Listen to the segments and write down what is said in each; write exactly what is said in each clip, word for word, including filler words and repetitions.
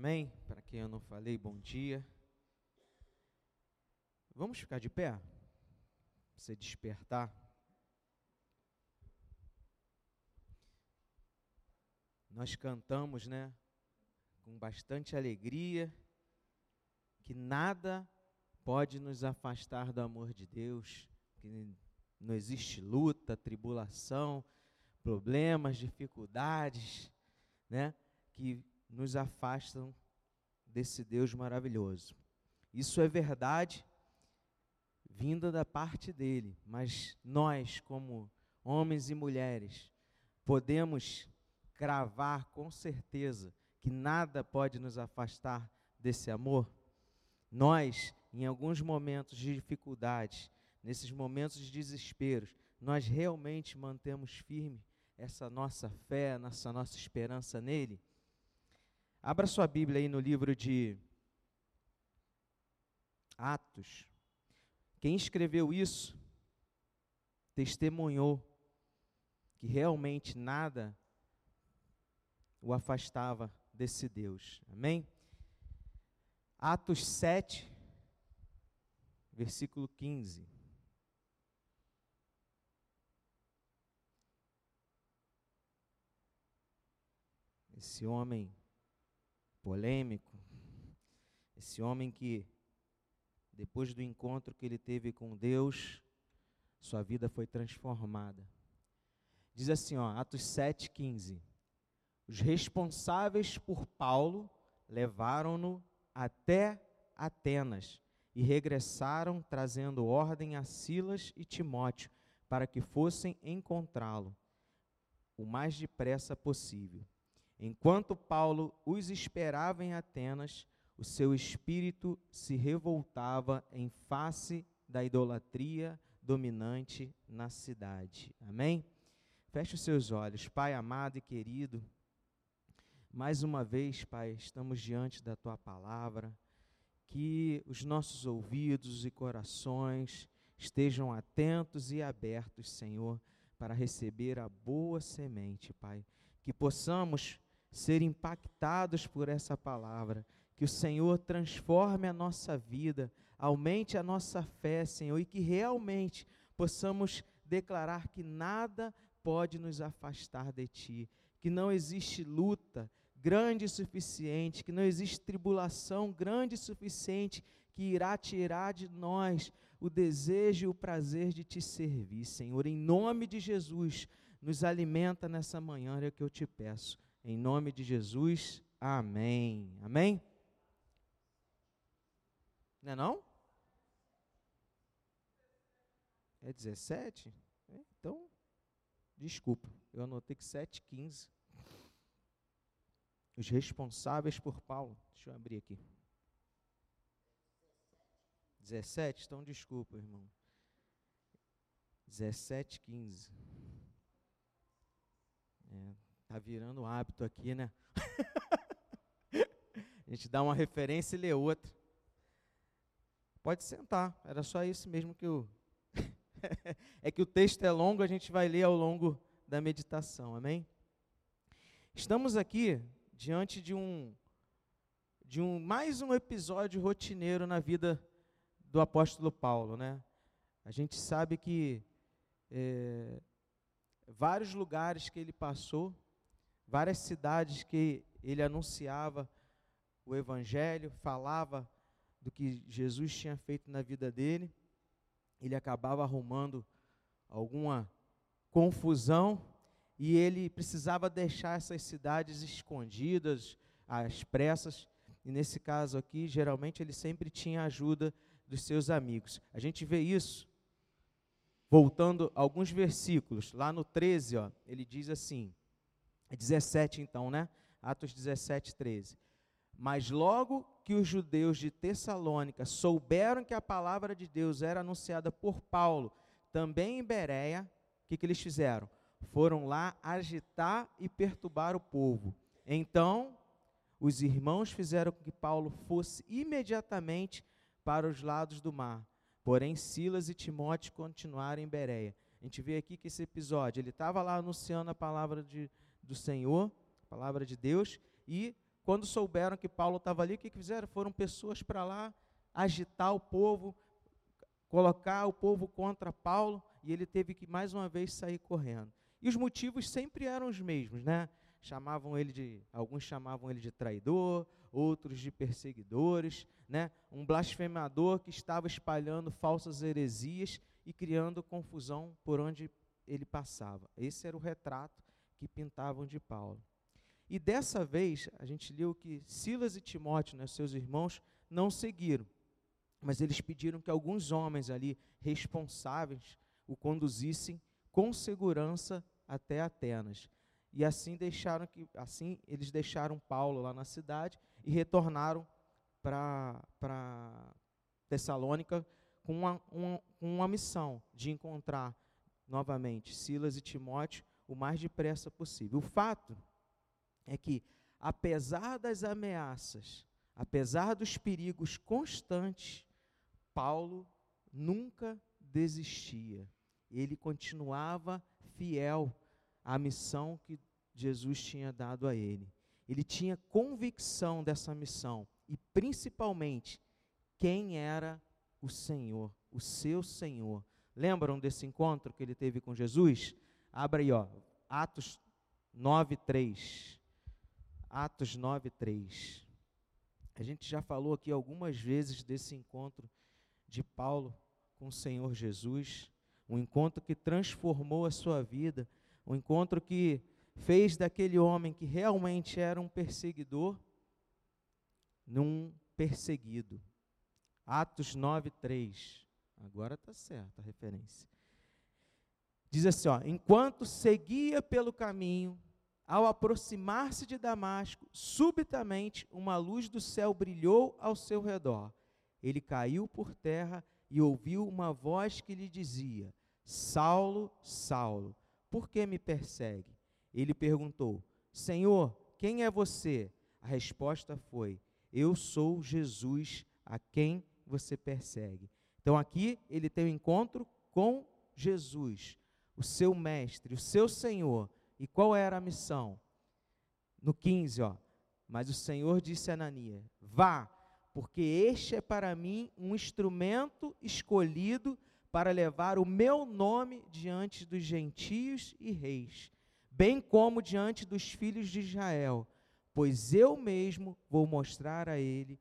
Amém? Para quem eu não falei, bom dia. Vamos ficar de pé? Pra você despertar. Nós cantamos, né, com bastante alegria, que nada pode nos afastar do amor de Deus, que não existe luta, tribulação, problemas, dificuldades, né, que nos afastam desse Deus maravilhoso. Isso é verdade vinda da parte dele, mas nós, como homens e mulheres, podemos cravar com certeza que nada pode nos afastar desse amor. Nós, em alguns momentos de dificuldade, nesses momentos de desespero, nós realmente mantemos firme essa nossa fé, essa nossa esperança nele. Abra sua Bíblia aí no livro de Atos. Quem escreveu isso testemunhou que realmente nada o afastava desse Deus. Amém? Atos sete, versículo quinze. Esse homem polêmico, esse homem que, depois do encontro que ele teve com Deus, sua vida foi transformada. Diz assim, ó, Atos sete, quinze. Os responsáveis por Paulo levaram-no até Atenas e regressaram trazendo ordem a Silas e Timóteo para que fossem encontrá-lo o mais depressa possível. Enquanto Paulo os esperava em Atenas, o seu espírito se revoltava em face da idolatria dominante na cidade. Amém? Feche os seus olhos. Pai amado e querido, mais uma vez, Pai, estamos diante da Tua palavra, que os nossos ouvidos e corações estejam atentos e abertos, Senhor, para receber a boa semente, Pai. Que possamos ser impactados por essa palavra, que o Senhor transforme a nossa vida, aumente a nossa fé, Senhor, e que realmente possamos declarar que nada pode nos afastar de Ti, que não existe luta grande o suficiente, que não existe tribulação grande o suficiente que irá tirar de nós o desejo e o prazer de Te servir, Senhor. Em nome de Jesus, nos alimenta nessa manhã, é o que eu Te peço. Em nome de Jesus, amém. Amém? Não é não? É dezessete? Então, desculpa, eu anotei que sete, quinze. Os responsáveis por Paulo. Deixa eu abrir aqui. dezessete? Então, desculpa, irmão. dezessete, quinze. É, tá virando um hábito aqui, né? A gente dá uma referência e lê outra. Pode sentar, era só isso mesmo que eu... É que o texto é longo, a gente vai ler ao longo da meditação, amém? Estamos aqui diante de um, de um, mais um episódio rotineiro na vida do apóstolo Paulo, né? A gente sabe que é, vários lugares que ele passou, várias cidades que ele anunciava o evangelho, falava do que Jesus tinha feito na vida dele, ele acabava arrumando alguma confusão e ele precisava deixar essas cidades escondidas, às pressas, e nesse caso aqui, geralmente ele sempre tinha a ajuda dos seus amigos. A gente vê isso, voltando alguns versículos, lá no treze, ó, ele diz assim, dezessete então, né? Atos dezessete, treze. Mas logo que os judeus de Tessalônica souberam que a palavra de Deus era anunciada por Paulo, também em Bereia, o que, que eles fizeram? Foram lá agitar e perturbar o povo. Então, os irmãos fizeram com que Paulo fosse imediatamente para os lados do mar. Porém, Silas e Timóteo continuaram em Bereia. A gente vê aqui que esse episódio, ele estava lá anunciando a palavra de, do Senhor, a palavra de Deus, e quando souberam que Paulo estava ali, o que, que fizeram? Foram pessoas para lá agitar o povo, colocar o povo contra Paulo, e ele teve que mais uma vez sair correndo. E os motivos sempre eram os mesmos, né? Chamavam ele de, alguns chamavam ele de traidor, outros de perseguidores, né? Um blasfemador que estava espalhando falsas heresias e criando confusão por onde ele passava. Esse era o retrato que pintavam de Paulo. E dessa vez, a gente leu que Silas e Timóteo, né, seus irmãos, não seguiram, mas eles pediram que alguns homens ali responsáveis o conduzissem com segurança até Atenas. E assim deixaram que, assim eles deixaram Paulo lá na cidade e retornaram para para Tessalônica com uma, uma, uma missão de encontrar novamente Silas e Timóteo o mais depressa possível. O fato é que, apesar das ameaças, apesar dos perigos constantes, Paulo nunca desistia. Ele continuava fiel à missão que Jesus tinha dado a ele. Ele tinha convicção dessa missão e, principalmente, quem era o Senhor, o seu Senhor. Lembram desse encontro que ele teve com Jesus? Abra aí, ó, Atos nove, três. Atos nove, três. A gente já falou aqui algumas vezes desse encontro de Paulo com o Senhor Jesus, um encontro que transformou a sua vida, um encontro que fez daquele homem que realmente era um perseguidor, num perseguido. Atos nove, três. Agora está certa a referência. Diz assim, ó, enquanto seguia pelo caminho, ao aproximar-se de Damasco, subitamente uma luz do céu brilhou ao seu redor. Ele caiu por terra e ouviu uma voz que lhe dizia, Saulo, Saulo, por que me persegue? Ele perguntou, Senhor, quem é você? A resposta foi, eu sou Jesus, a quem você persegue. Então aqui ele tem um encontro com Jesus, o seu mestre, o seu Senhor. E qual era a missão? No quinze, ó, mas o Senhor disse a Ananias, vá, porque este é para mim um instrumento escolhido para levar o meu nome diante dos gentios e reis, bem como diante dos filhos de Israel, pois eu mesmo vou mostrar a ele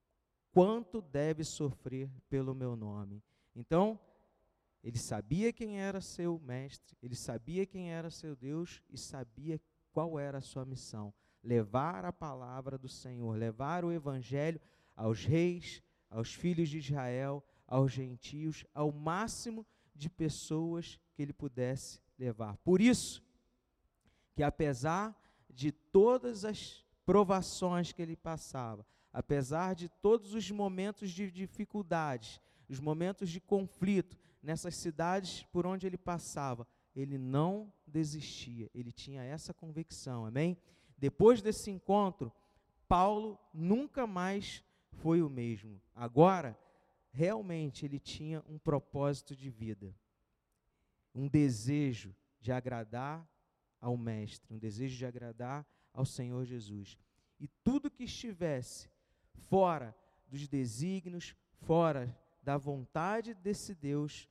quanto deve sofrer pelo meu nome. Então, ele sabia quem era seu mestre, ele sabia quem era seu Deus e sabia qual era a sua missão, levar a palavra do Senhor, levar o evangelho aos reis, aos filhos de Israel, aos gentios, ao máximo de pessoas que ele pudesse levar. Por isso, que apesar de todas as provações que ele passava, apesar de todos os momentos de dificuldades, os momentos de conflito, nessas cidades por onde ele passava, ele não desistia, ele tinha essa convicção, amém? Depois desse encontro, Paulo nunca mais foi o mesmo. Agora, realmente, ele tinha um propósito de vida, um desejo de agradar ao Mestre, um desejo de agradar ao Senhor Jesus. E tudo que estivesse fora dos desígnios, fora da vontade desse Deus,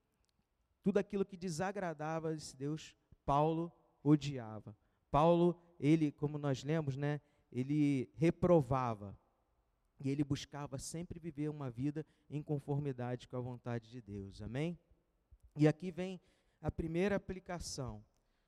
tudo aquilo que desagradava esse Deus, Paulo odiava. Paulo, ele, como nós lemos, né, ele reprovava. E ele buscava sempre viver uma vida em conformidade com a vontade de Deus. Amém? E aqui vem a primeira aplicação.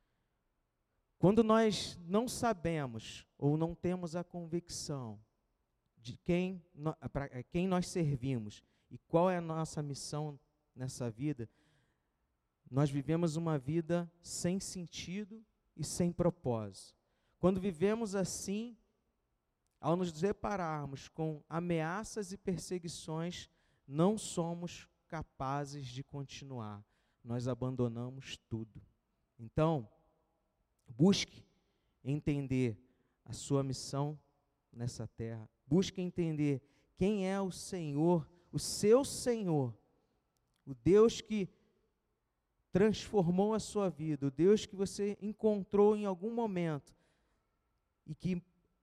Quando nós não sabemos ou não temos a convicção de quem, para quem nós servimos e qual é a nossa missão nessa vida, nós vivemos uma vida sem sentido e sem propósito. Quando vivemos assim, ao nos depararmos com ameaças e perseguições, não somos capazes de continuar. Nós abandonamos tudo. Então, busque entender a sua missão nessa terra. Busque entender quem é o Senhor, o seu Senhor, o Deus que transformou a sua vida, o Deus que você encontrou em algum momento e que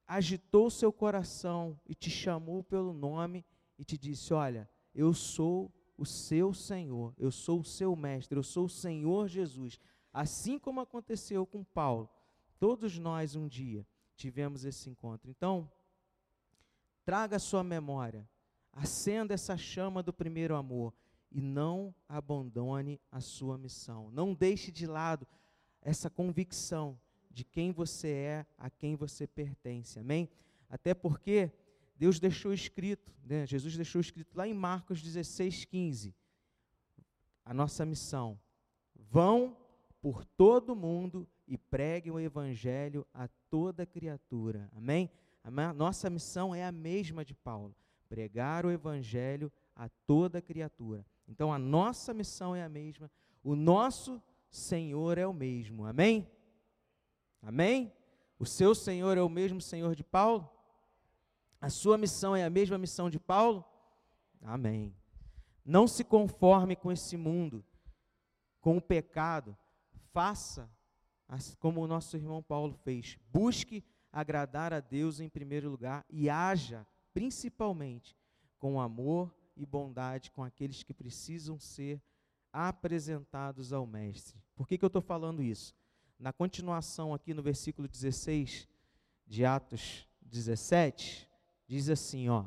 agitou o seu coração e te chamou pelo nome e te disse: olha, eu sou o seu Senhor, eu sou o seu mestre, eu sou o Senhor Jesus. Assim como aconteceu com Paulo, todos nós um dia tivemos esse encontro. Então, traga a sua memória, acenda essa chama do primeiro amor e não abandone a sua missão. Não deixe de lado essa convicção de quem você é, a quem você pertence, amém? Até porque Deus deixou escrito, né? Jesus deixou escrito lá em Marcos dezesseis, quinze, a nossa missão: vão por todo mundo e preguem o evangelho a toda criatura, amém? A nossa missão é a mesma de Paulo, pregar o evangelho a toda criatura. Então a nossa missão é a mesma, o nosso Senhor é o mesmo, amém? Amém? O seu Senhor é o mesmo Senhor de Paulo? A sua missão é a mesma missão de Paulo? Amém. Não se conforme com esse mundo, com o pecado. Faça como o nosso irmão Paulo fez. Busque agradar a Deus em primeiro lugar e haja, principalmente, com amor e bondade com aqueles que precisam ser apresentados ao Mestre. Por que que eu estou falando isso? Na continuação aqui no versículo dezesseis de Atos dezessete, diz assim, ó: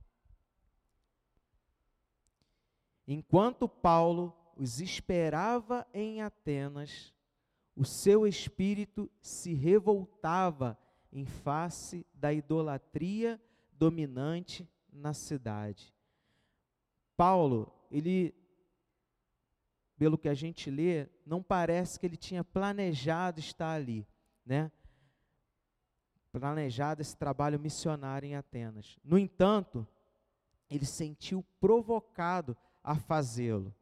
enquanto Paulo os esperava em Atenas, o seu espírito se revoltava em face da idolatria dominante na cidade. Paulo, ele, pelo que a gente lê, não parece que ele tinha planejado estar ali, né? Planejado esse trabalho missionário em Atenas. No entanto, ele se sentiu provocado a fazê-lo.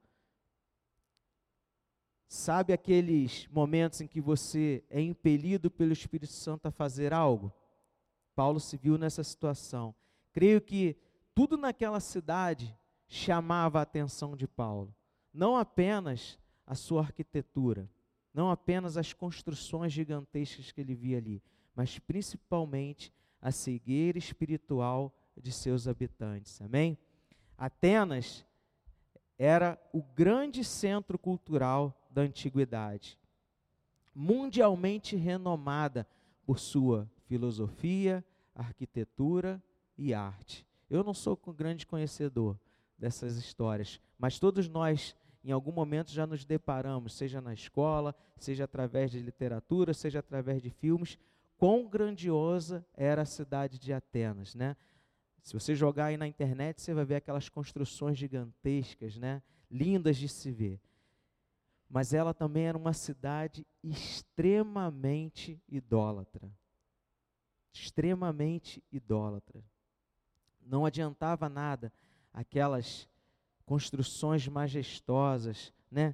Sabe aqueles momentos em que você é impelido pelo Espírito Santo a fazer algo? Paulo se viu nessa situação. Creio que tudo naquela cidade chamava a atenção de Paulo. Não apenas a sua arquitetura, não apenas as construções gigantescas que ele via ali, mas principalmente a cegueira espiritual de seus habitantes, amém? Atenas era o grande centro cultural da antiguidade, mundialmente renomada por sua filosofia, arquitetura e arte. Eu não sou um grande conhecedor dessas histórias, mas todos nós, em algum momento, já nos deparamos, seja na escola, seja através de literatura, seja através de filmes, quão grandiosa era a cidade de Atenas, né? Se você jogar aí na internet, você vai ver aquelas construções gigantescas, né? Lindas de se ver. Mas ela também era uma cidade extremamente idólatra. Extremamente idólatra. Não adiantava nada aquelas construções majestosas, né?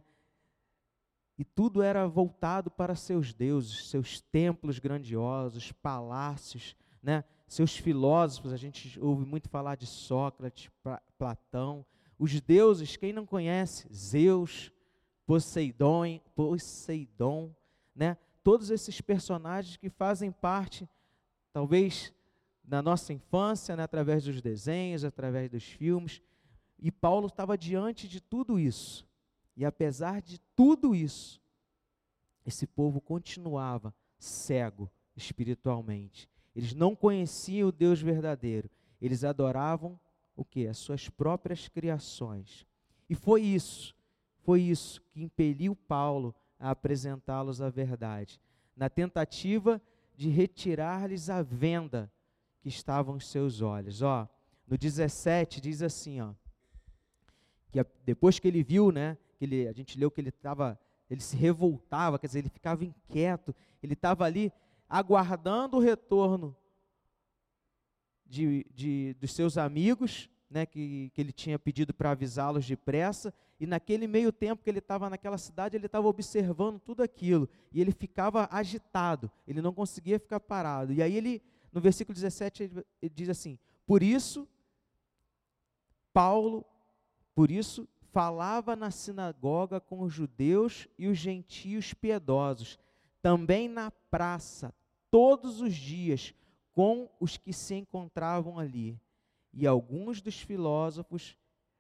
E tudo era voltado para seus deuses, seus templos grandiosos, palácios, né? Seus filósofos, a gente ouve muito falar de Sócrates, Platão. Os deuses, quem não conhece? Zeus, Poseidon, Poseidon, né? Todos esses personagens que fazem parte, talvez, da nossa infância, né? Através dos desenhos, através dos filmes. E Paulo estava diante de tudo isso. E apesar de tudo isso, esse povo continuava cego espiritualmente. Eles não conheciam o Deus verdadeiro. Eles adoravam o quê? As suas próprias criações. E foi isso, foi isso que impeliu Paulo a apresentá-los à verdade, na tentativa de retirar-lhes a venda que estava aos seus olhos. Ó, no dezessete diz assim, ó, que a, depois que ele viu, né, que ele, a gente leu que ele estava, ele se revoltava, quer dizer, ele ficava inquieto, ele estava ali aguardando o retorno de, de, dos seus amigos, né, que, que ele tinha pedido para avisá-los depressa, e naquele meio tempo que ele estava naquela cidade, ele estava observando tudo aquilo, e ele ficava agitado, ele não conseguia ficar parado. E aí ele, no versículo dezessete, ele, ele diz assim, por isso, Paulo, por isso, falava na sinagoga com os judeus e os gentios piedosos, também na praça, todos os dias, com os que se encontravam ali. E alguns dos filósofos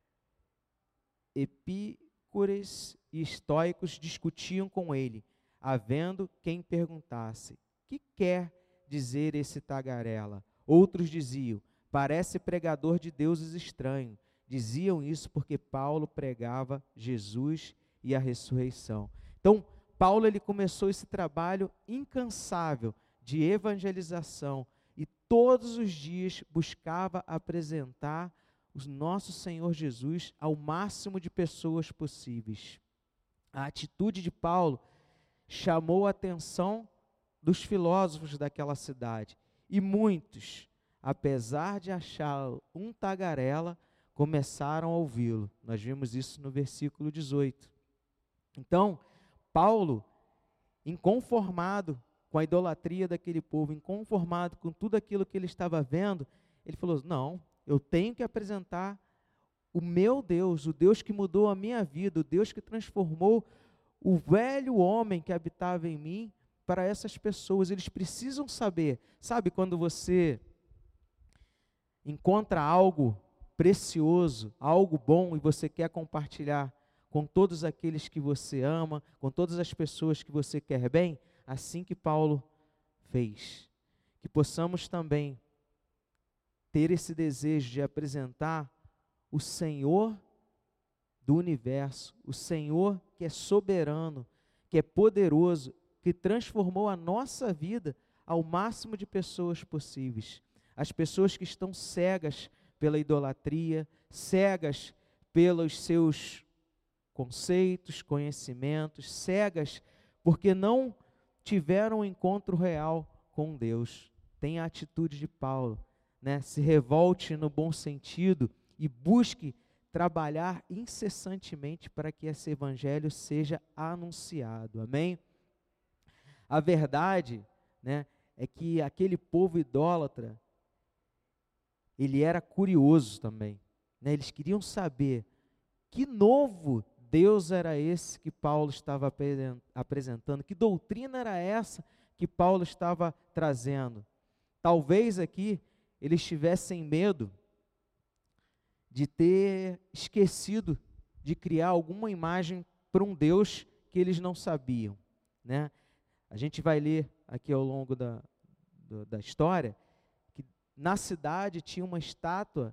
epícures e estoicos discutiam com ele, havendo quem perguntasse: que quer dizer esse tagarela? Outros diziam: parece pregador de deuses estranhos. Diziam isso porque Paulo pregava Jesus e a ressurreição. Então, Paulo ele começou esse trabalho incansável de evangelização e todos os dias buscava apresentar o nosso Senhor Jesus ao máximo de pessoas possíveis. A atitude de Paulo chamou a atenção dos filósofos daquela cidade e muitos, apesar de achá-lo um tagarela, começaram a ouvi-lo. Nós vimos isso no versículo dezoito. Então, Paulo, inconformado com a idolatria daquele povo, inconformado com tudo aquilo que ele estava vendo, ele falou: não, eu tenho que apresentar o meu Deus, o Deus que mudou a minha vida, o Deus que transformou o velho homem que habitava em mim para essas pessoas. Eles precisam saber. Sabe quando você encontra algo precioso, algo bom e você quer compartilhar com todos aqueles que você ama, com todas as pessoas que você quer bem? Assim que Paulo fez. Que possamos também ter esse desejo de apresentar o Senhor do universo, o Senhor que é soberano, que é poderoso, que transformou a nossa vida ao máximo de pessoas possíveis. As pessoas que estão cegas pela idolatria, cegas pelos seus conceitos, conhecimentos, cegas porque não tiveram um encontro real com Deus. Tenha a atitude de Paulo, né? Se revolte no bom sentido e busque trabalhar incessantemente para que esse evangelho seja anunciado. Amém? A verdade, né, é que aquele povo idólatra, ele era curioso também, né? Eles queriam saber que novo Deus era esse que Paulo estava apresentando, que doutrina era essa que Paulo estava trazendo. Talvez aqui eles tivessem medo de ter esquecido de criar alguma imagem para um Deus que eles não sabiam, né? A gente vai ler aqui ao longo da, do, da história que na cidade tinha uma estátua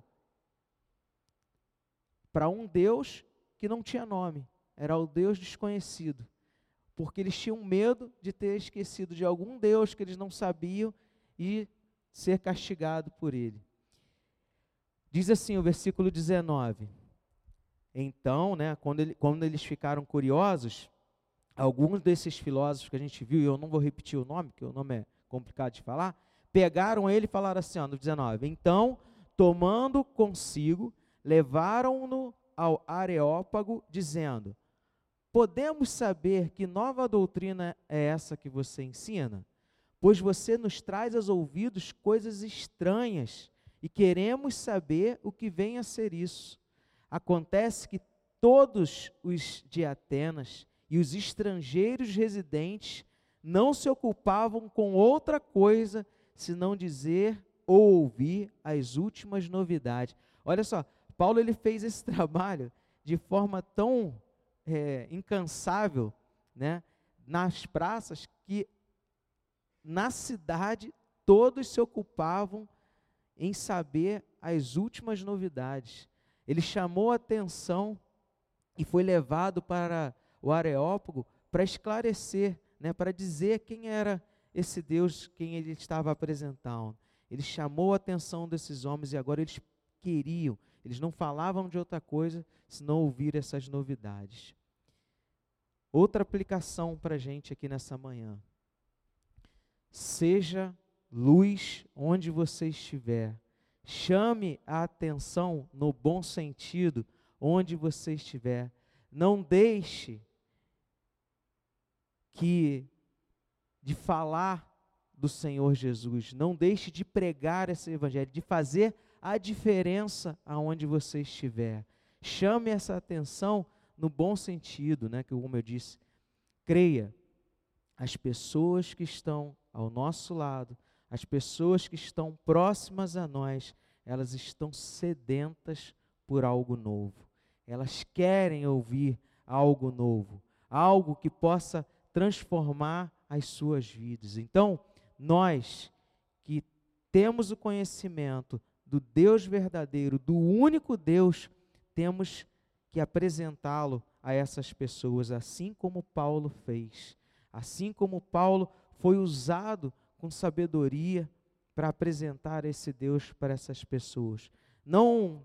para um Deus que não tinha nome, era o Deus desconhecido, porque eles tinham medo de ter esquecido de algum Deus que eles não sabiam e ser castigado por ele. Diz assim o versículo dezenove, então, né, quando, ele, quando eles ficaram curiosos, alguns desses filósofos que a gente viu, e eu não vou repetir o nome, porque o nome é complicado de falar, pegaram ele e falaram assim, ó, no dezenove, então, tomando consigo, levaram-no ao Areópago, dizendo: podemos saber que nova doutrina é essa que você ensina? Pois você nos traz aos ouvidos coisas estranhas e queremos saber o que vem a ser isso. Acontece que todos os de Atenas e os estrangeiros residentes não se ocupavam com outra coisa senão dizer ou ouvir as últimas novidades. Olha só, Paulo ele fez esse trabalho de forma tão é, incansável, né, nas praças, que na cidade todos se ocupavam em saber as últimas novidades. Ele chamou a atenção e foi levado para o Areópago para esclarecer, né, para dizer quem era esse Deus, quem ele estava apresentando. Ele chamou a atenção desses homens e agora eles queriam, eles não falavam de outra coisa senão ouvir essas novidades. Outra aplicação para a gente aqui nessa manhã: seja luz onde você estiver, chame a atenção no bom sentido onde você estiver, não deixe que de falar do Senhor Jesus, não deixe de pregar esse evangelho, de fazer a diferença aonde você estiver. Chame essa atenção no bom sentido, né, que como eu disse, creia, as pessoas que estão ao nosso lado, as pessoas que estão próximas a nós, elas estão sedentas por algo novo. Elas querem ouvir algo novo, algo que possa transformar as suas vidas. Então, nós que temos o conhecimento do Deus verdadeiro, do único Deus, temos que apresentá-lo a essas pessoas, assim como Paulo fez. Assim como Paulo foi usado com sabedoria para apresentar esse Deus para essas pessoas. Não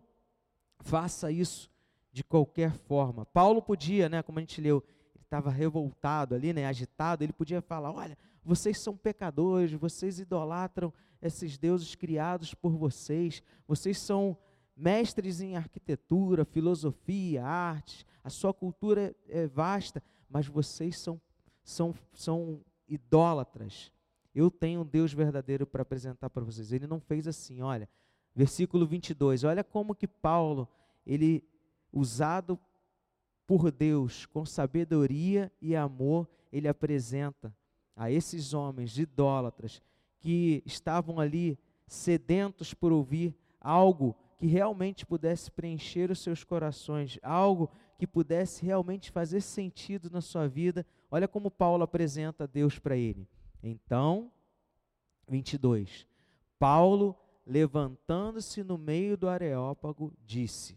faça isso de qualquer forma. Paulo podia, né, como a gente leu, ele estava revoltado ali, né, agitado, ele podia falar, olha, vocês são pecadores, vocês idolatram esses deuses criados por vocês, vocês são mestres em arquitetura, filosofia, artes, a sua cultura é vasta, mas vocês são, são, são idólatras. Eu tenho um Deus verdadeiro para apresentar para vocês. Ele não fez assim, olha, versículo vinte e dois, olha como que Paulo, ele, usado por Deus, com sabedoria e amor, ele apresenta a esses homens idólatras, que estavam ali sedentos por ouvir algo que realmente pudesse preencher os seus corações, algo que pudesse realmente fazer sentido na sua vida. Olha como Paulo apresenta Deus para ele. Então, vinte e dois, Paulo, levantando-se no meio do Areópago, disse,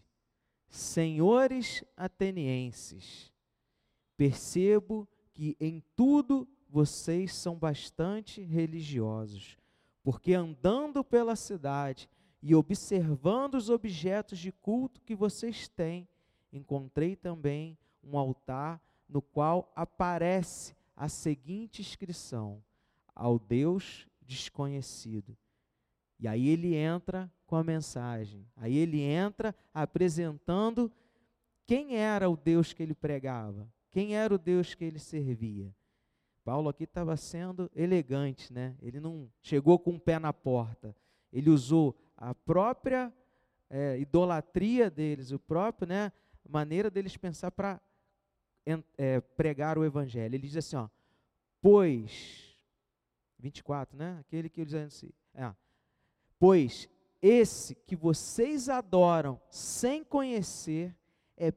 senhores atenienses, percebo que em tudo vocês são bastante religiosos, porque andando pela cidade e observando os objetos de culto que vocês têm, encontrei também um altar no qual aparece a seguinte inscrição, ao Deus desconhecido. E aí ele entra com a mensagem, aí ele entra apresentando quem era o Deus que ele pregava, quem era o Deus que ele servia. Paulo aqui estava sendo elegante, né? Ele não chegou com o pé na porta, ele usou a própria é, idolatria deles, o próprio, né, maneira deles pensar para é, pregar o evangelho. Ele diz assim, ó, pois, vinte e quatro, né? Aquele que eles assim, é, pois esse que vocês adoram sem conhecer é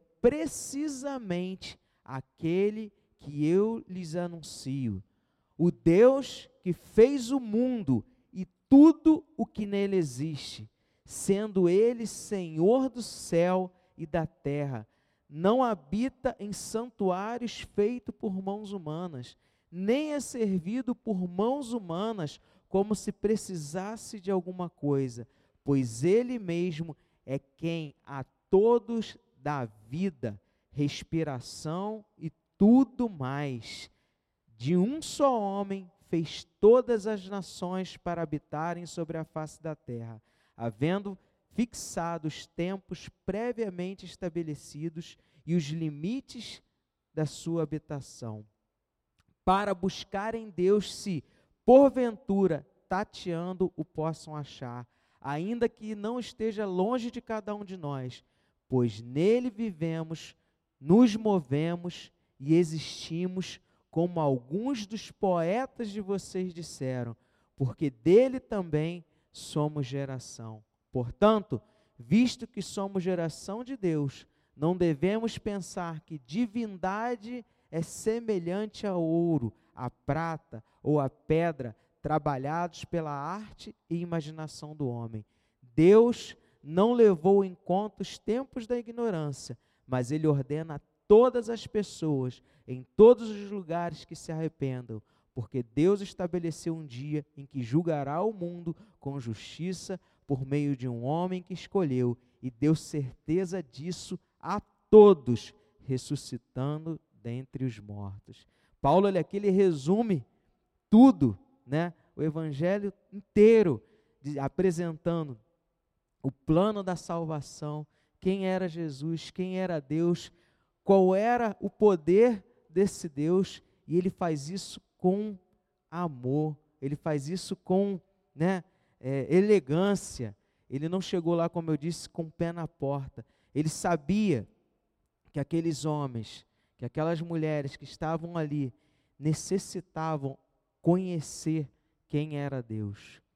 precisamente aquele que eu lhes anuncio, o Deus que fez o mundo e tudo o que nele existe, sendo ele Senhor do céu e da terra, não habita em santuários feitos por mãos humanas, nem é servido por mãos humanas como se precisasse de alguma coisa, pois ele mesmo é quem a todos dá vida, respiração e tudo mais. De um só homem fez todas as nações para habitarem sobre a face da terra, havendo fixado os tempos previamente estabelecidos e os limites da sua habitação, para buscar em Deus se, porventura, tateando o possam achar, ainda que não esteja longe de cada um de nós, pois nele vivemos, nos movemos e existimos, como alguns dos poetas de vocês disseram, porque dele também somos geração. Portanto, visto que somos geração de Deus, não devemos pensar que divindade é semelhante ao ouro, à prata ou à pedra, trabalhados pela arte e imaginação do homem. Deus não levou em conta os tempos da ignorância, mas ele ordena a todas as pessoas, em todos os lugares que se arrependam, porque Deus estabeleceu um dia em que julgará o mundo com justiça por meio de um homem que escolheu e deu certeza disso a todos, ressuscitando dentre os mortos. Paulo, olha aqui, ele resume tudo, né? O evangelho inteiro, de, apresentando o plano da salvação, quem era Jesus, quem era Deus, qual era o poder desse Deus, e ele faz isso com amor, ele faz isso com, né, é, elegância. Ele não chegou lá, como eu disse, com o pé na porta. Ele sabia que aqueles homens, que aquelas mulheres que estavam ali, necessitavam conhecer quem era Deus.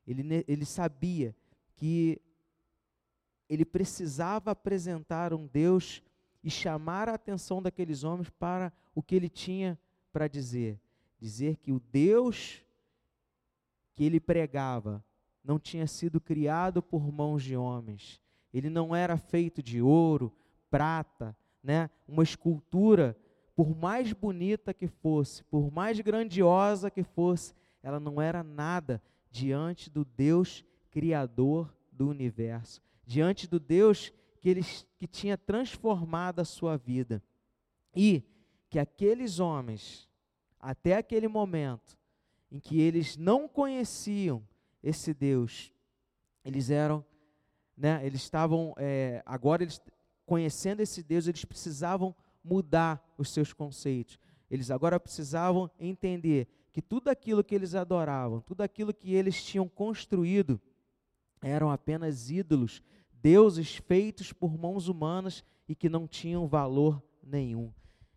Ele, ele sabia que ele precisava apresentar um Deus e chamar a atenção daqueles homens para o que ele tinha para dizer. Dizer que o Deus que ele pregava não tinha sido criado por mãos de homens. Ele não era feito de ouro, prata, né? Uma escultura, por mais bonita que fosse, por mais grandiosa que fosse, ela não era nada diante do Deus criador do universo, diante do Deus que, ele, que tinha transformado a sua vida. E que aqueles homens, até aquele momento, em que eles não conheciam esse Deus, eles eram, né, eles estavam, é, agora eles conhecendo esse Deus, eles precisavam mudar os seus conceitos. Eles agora precisavam entender que tudo aquilo que eles adoravam, tudo aquilo que eles tinham construído, eram apenas ídolos, deuses feitos por mãos humanas e que não tinham valor nenhum.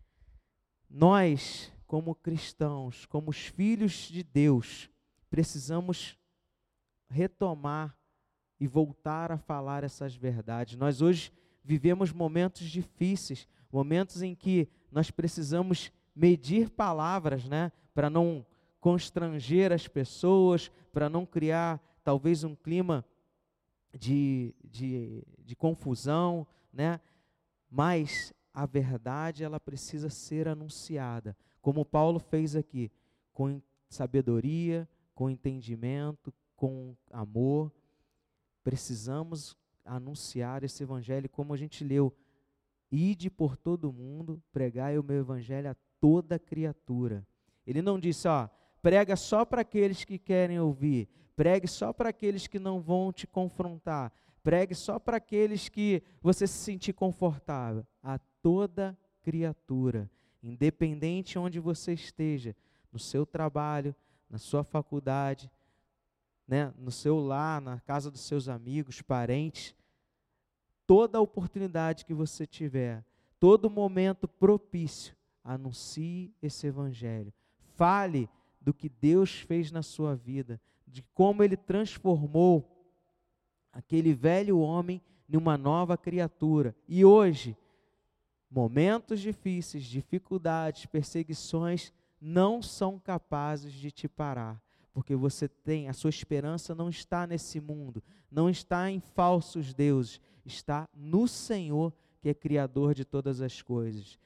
Nós, como cristãos, como os filhos de Deus, precisamos retomar e voltar a falar essas verdades. Nós hoje vivemos momentos difíceis, momentos em que nós precisamos medir palavras, né, para não constranger as pessoas, para não criar talvez um clima de, de, de confusão, né, mas a verdade ela precisa ser anunciada, como Paulo fez aqui, com sabedoria, com entendimento, com amor. Precisamos anunciar esse evangelho, como a gente leu, ide por todo mundo, pregai o meu evangelho a toda criatura. Ele não disse, ó, prega só para aqueles que querem ouvir, pregue só para aqueles que não vão te confrontar, pregue só para aqueles que você se sentir confortável, a toda criatura, independente onde você esteja, no seu trabalho, na sua faculdade, né, no seu lar, na casa dos seus amigos, parentes, toda oportunidade que você tiver, todo momento propício, anuncie esse evangelho. Fale do que Deus fez na sua vida, de como Ele transformou aquele velho homem numa nova criatura. E hoje, momentos difíceis, dificuldades, perseguições, não são capazes de te parar. Porque você tem, a sua esperança não está nesse mundo, não está em falsos deuses, está no Senhor, que é Criador de todas as coisas.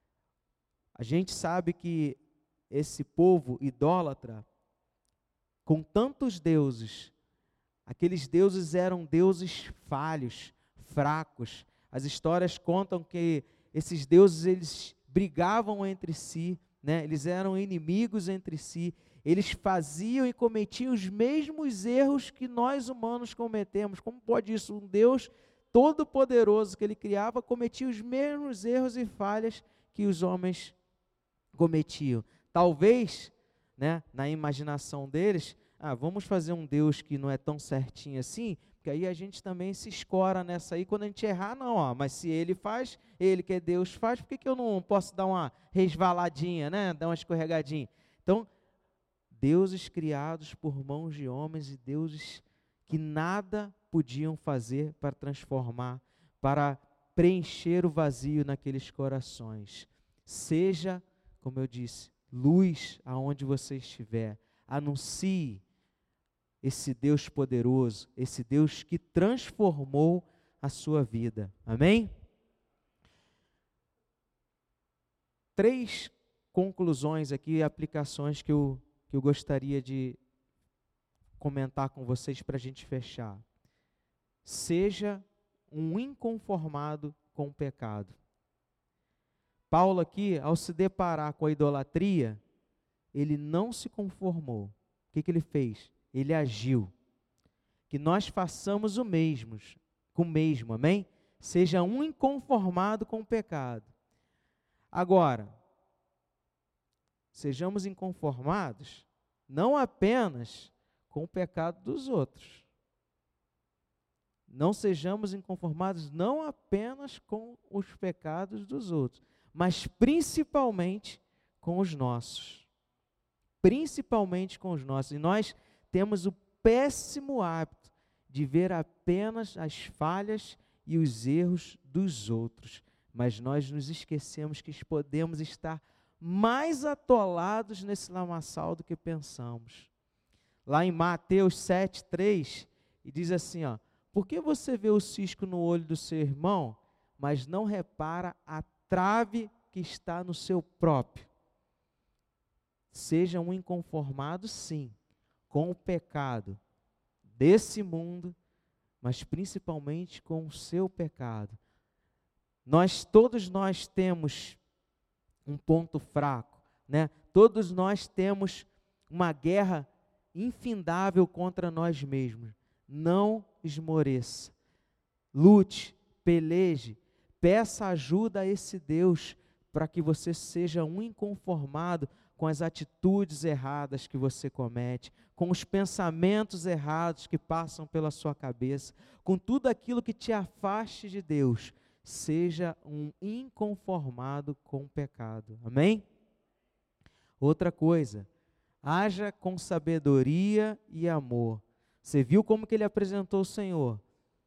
A gente sabe que esse povo idólatra, com tantos deuses, aqueles deuses eram deuses falhos, fracos. As histórias contam que esses deuses, eles brigavam entre si, né? Eles eram inimigos entre si. Eles faziam e cometiam os mesmos erros que nós humanos cometemos. Como pode isso? Um Deus todo-poderoso que Ele criava cometia os mesmos erros e falhas que os homens cometiam. Talvez, né, na imaginação deles, ah, vamos fazer um Deus que não é tão certinho assim, porque aí a gente também se escora nessa aí, quando a gente errar, não, ó, mas se Ele faz, Ele que é Deus faz, por que, que eu não posso dar uma resvaladinha, né, dar uma escorregadinha? Então, deuses criados por mãos de homens e deuses que nada podiam fazer para transformar, para preencher o vazio naqueles corações. Seja, como eu disse, luz aonde você estiver. Anuncie esse Deus poderoso, esse Deus que transformou a sua vida. Amém? Três conclusões aqui, aplicações que eu que eu gostaria de comentar com vocês para a gente fechar. Seja um inconformado com o pecado. Paulo aqui, ao se deparar com a idolatria, ele não se conformou. O que, que ele fez? Ele agiu. Que nós façamos o mesmo, com o mesmo, amém? Seja um inconformado com o pecado. Agora, sejamos inconformados não apenas com o pecado dos outros. Não sejamos inconformados não apenas com os pecados dos outros, mas principalmente com os nossos. Principalmente com os nossos. E nós temos o péssimo hábito de ver apenas as falhas e os erros dos outros, mas nós nos esquecemos que podemos estar mais atolados nesse lamaçal do que pensamos. Lá em Mateus sete, três, e diz assim, ó, por que você vê o cisco no olho do seu irmão, mas não repara a trave que está no seu próprio? Seja um inconformado, sim, com o pecado desse mundo, mas principalmente com o seu pecado. Nós, todos nós temos um ponto fraco, né? Todos nós temos uma guerra infindável contra nós mesmos. Não esmoreça. Lute, peleje, peça ajuda a esse Deus para que você seja um inconformado com as atitudes erradas que você comete, com os pensamentos errados que passam pela sua cabeça, com tudo aquilo que te afaste de Deus. Seja um inconformado com o pecado. Amém? Outra coisa, haja com sabedoria e amor. Você viu como que ele apresentou o Senhor?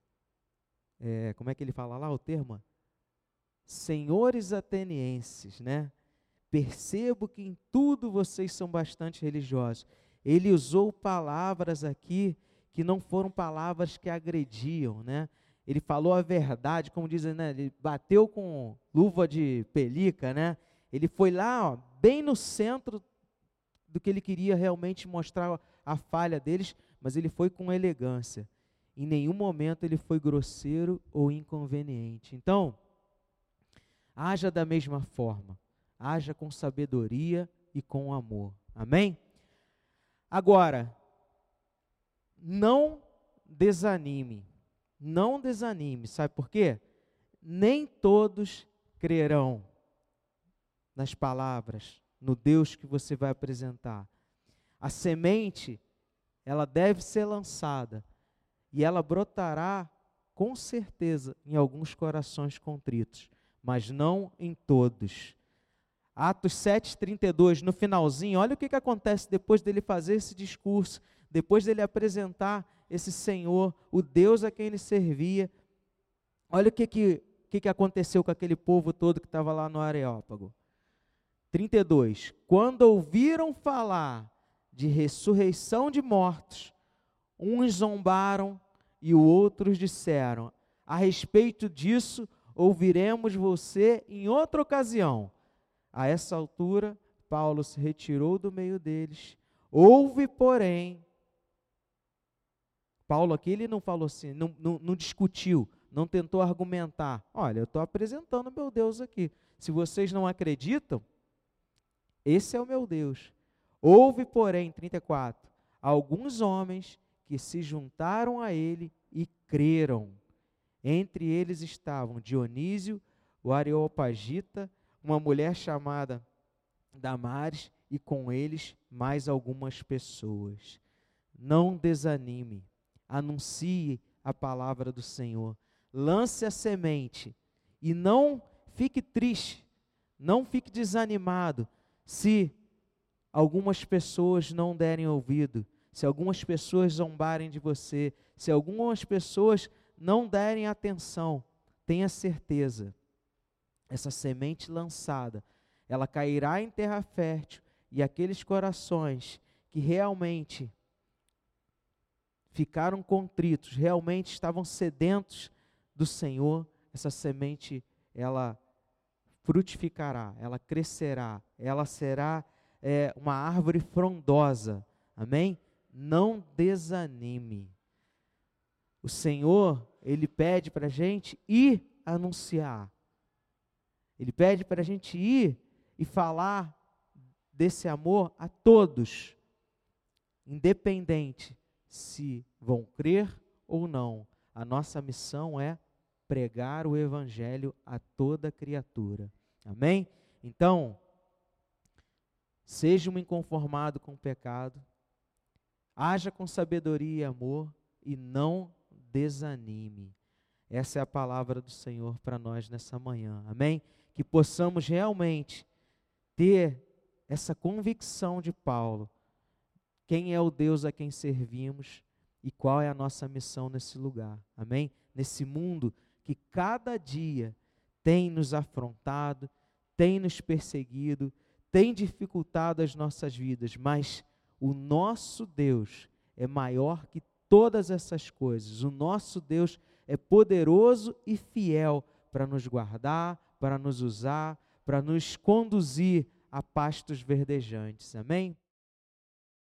É, como é que ele fala lá o termo? Senhores atenienses, né? Percebo que em tudo vocês são bastante religiosos. Ele usou palavras aqui que não foram palavras que agrediam, né? Ele falou a verdade, como dizem, né? Ele bateu com luva de pelica, né? Ele foi lá, ó, bem no centro do que ele queria realmente mostrar a falha deles, mas ele foi com elegância. Em nenhum momento ele foi grosseiro ou inconveniente. Então, haja da mesma forma. Haja com sabedoria e com amor. Amém? Agora, não desanime. Não desanime. Sabe por quê? Nem todos crerão nas palavras, no Deus que você vai apresentar. A semente, ela deve ser lançada e ela brotará com certeza em alguns corações contritos, mas não em todos. Atos sete, trinta e dois, no finalzinho, olha o que, que acontece depois dele fazer esse discurso, depois dele apresentar esse Senhor, o Deus a quem ele servia. Olha o que, que, que, que aconteceu com aquele povo todo que estava lá no Areópago. trinta e dois, quando ouviram falar de ressurreição de mortos, uns zombaram e outros disseram, a respeito disso ouviremos você em outra ocasião. A essa altura, Paulo se retirou do meio deles. Houve, porém, Paulo aqui ele não falou assim, não, não, não discutiu, não tentou argumentar. Olha, eu estou apresentando o meu Deus aqui. Se vocês não acreditam, esse é o meu Deus. Houve, porém, trinta e quatro, alguns homens que se juntaram a ele e creram. Entre eles estavam Dionísio, o Areopagita, uma mulher chamada Damares e com eles mais algumas pessoas. Não desanime, anuncie a palavra do Senhor, lance a semente e não fique triste, não fique desanimado se algumas pessoas não derem ouvido, se algumas pessoas zombarem de você, se algumas pessoas não derem atenção. Tenha certeza, essa semente lançada, ela cairá em terra fértil e aqueles corações que realmente ficaram contritos, realmente estavam sedentos do Senhor, essa semente, ela frutificará, ela crescerá, ela será é, uma árvore frondosa, amém? Não desanime. O Senhor, Ele pede para a gente ir anunciar, Ele pede para a gente ir e falar desse amor a todos, independente se vão crer ou não. A nossa missão é pregar o Evangelho a toda criatura. Amém? Então, seja um inconformado com o pecado, haja com sabedoria e amor e não desanime. Essa é a palavra do Senhor para nós nessa manhã. Amém? Que possamos realmente ter essa convicção de Paulo. Quem é o Deus a quem servimos? e qual é a nossa missão nesse lugar, amém? Nesse mundo que cada dia tem nos afrontado, tem nos perseguido, tem dificultado as nossas vidas, mas o nosso Deus é maior que todas essas coisas. O nosso Deus é poderoso e fiel para nos guardar, para nos usar, para nos conduzir a pastos verdejantes, amém?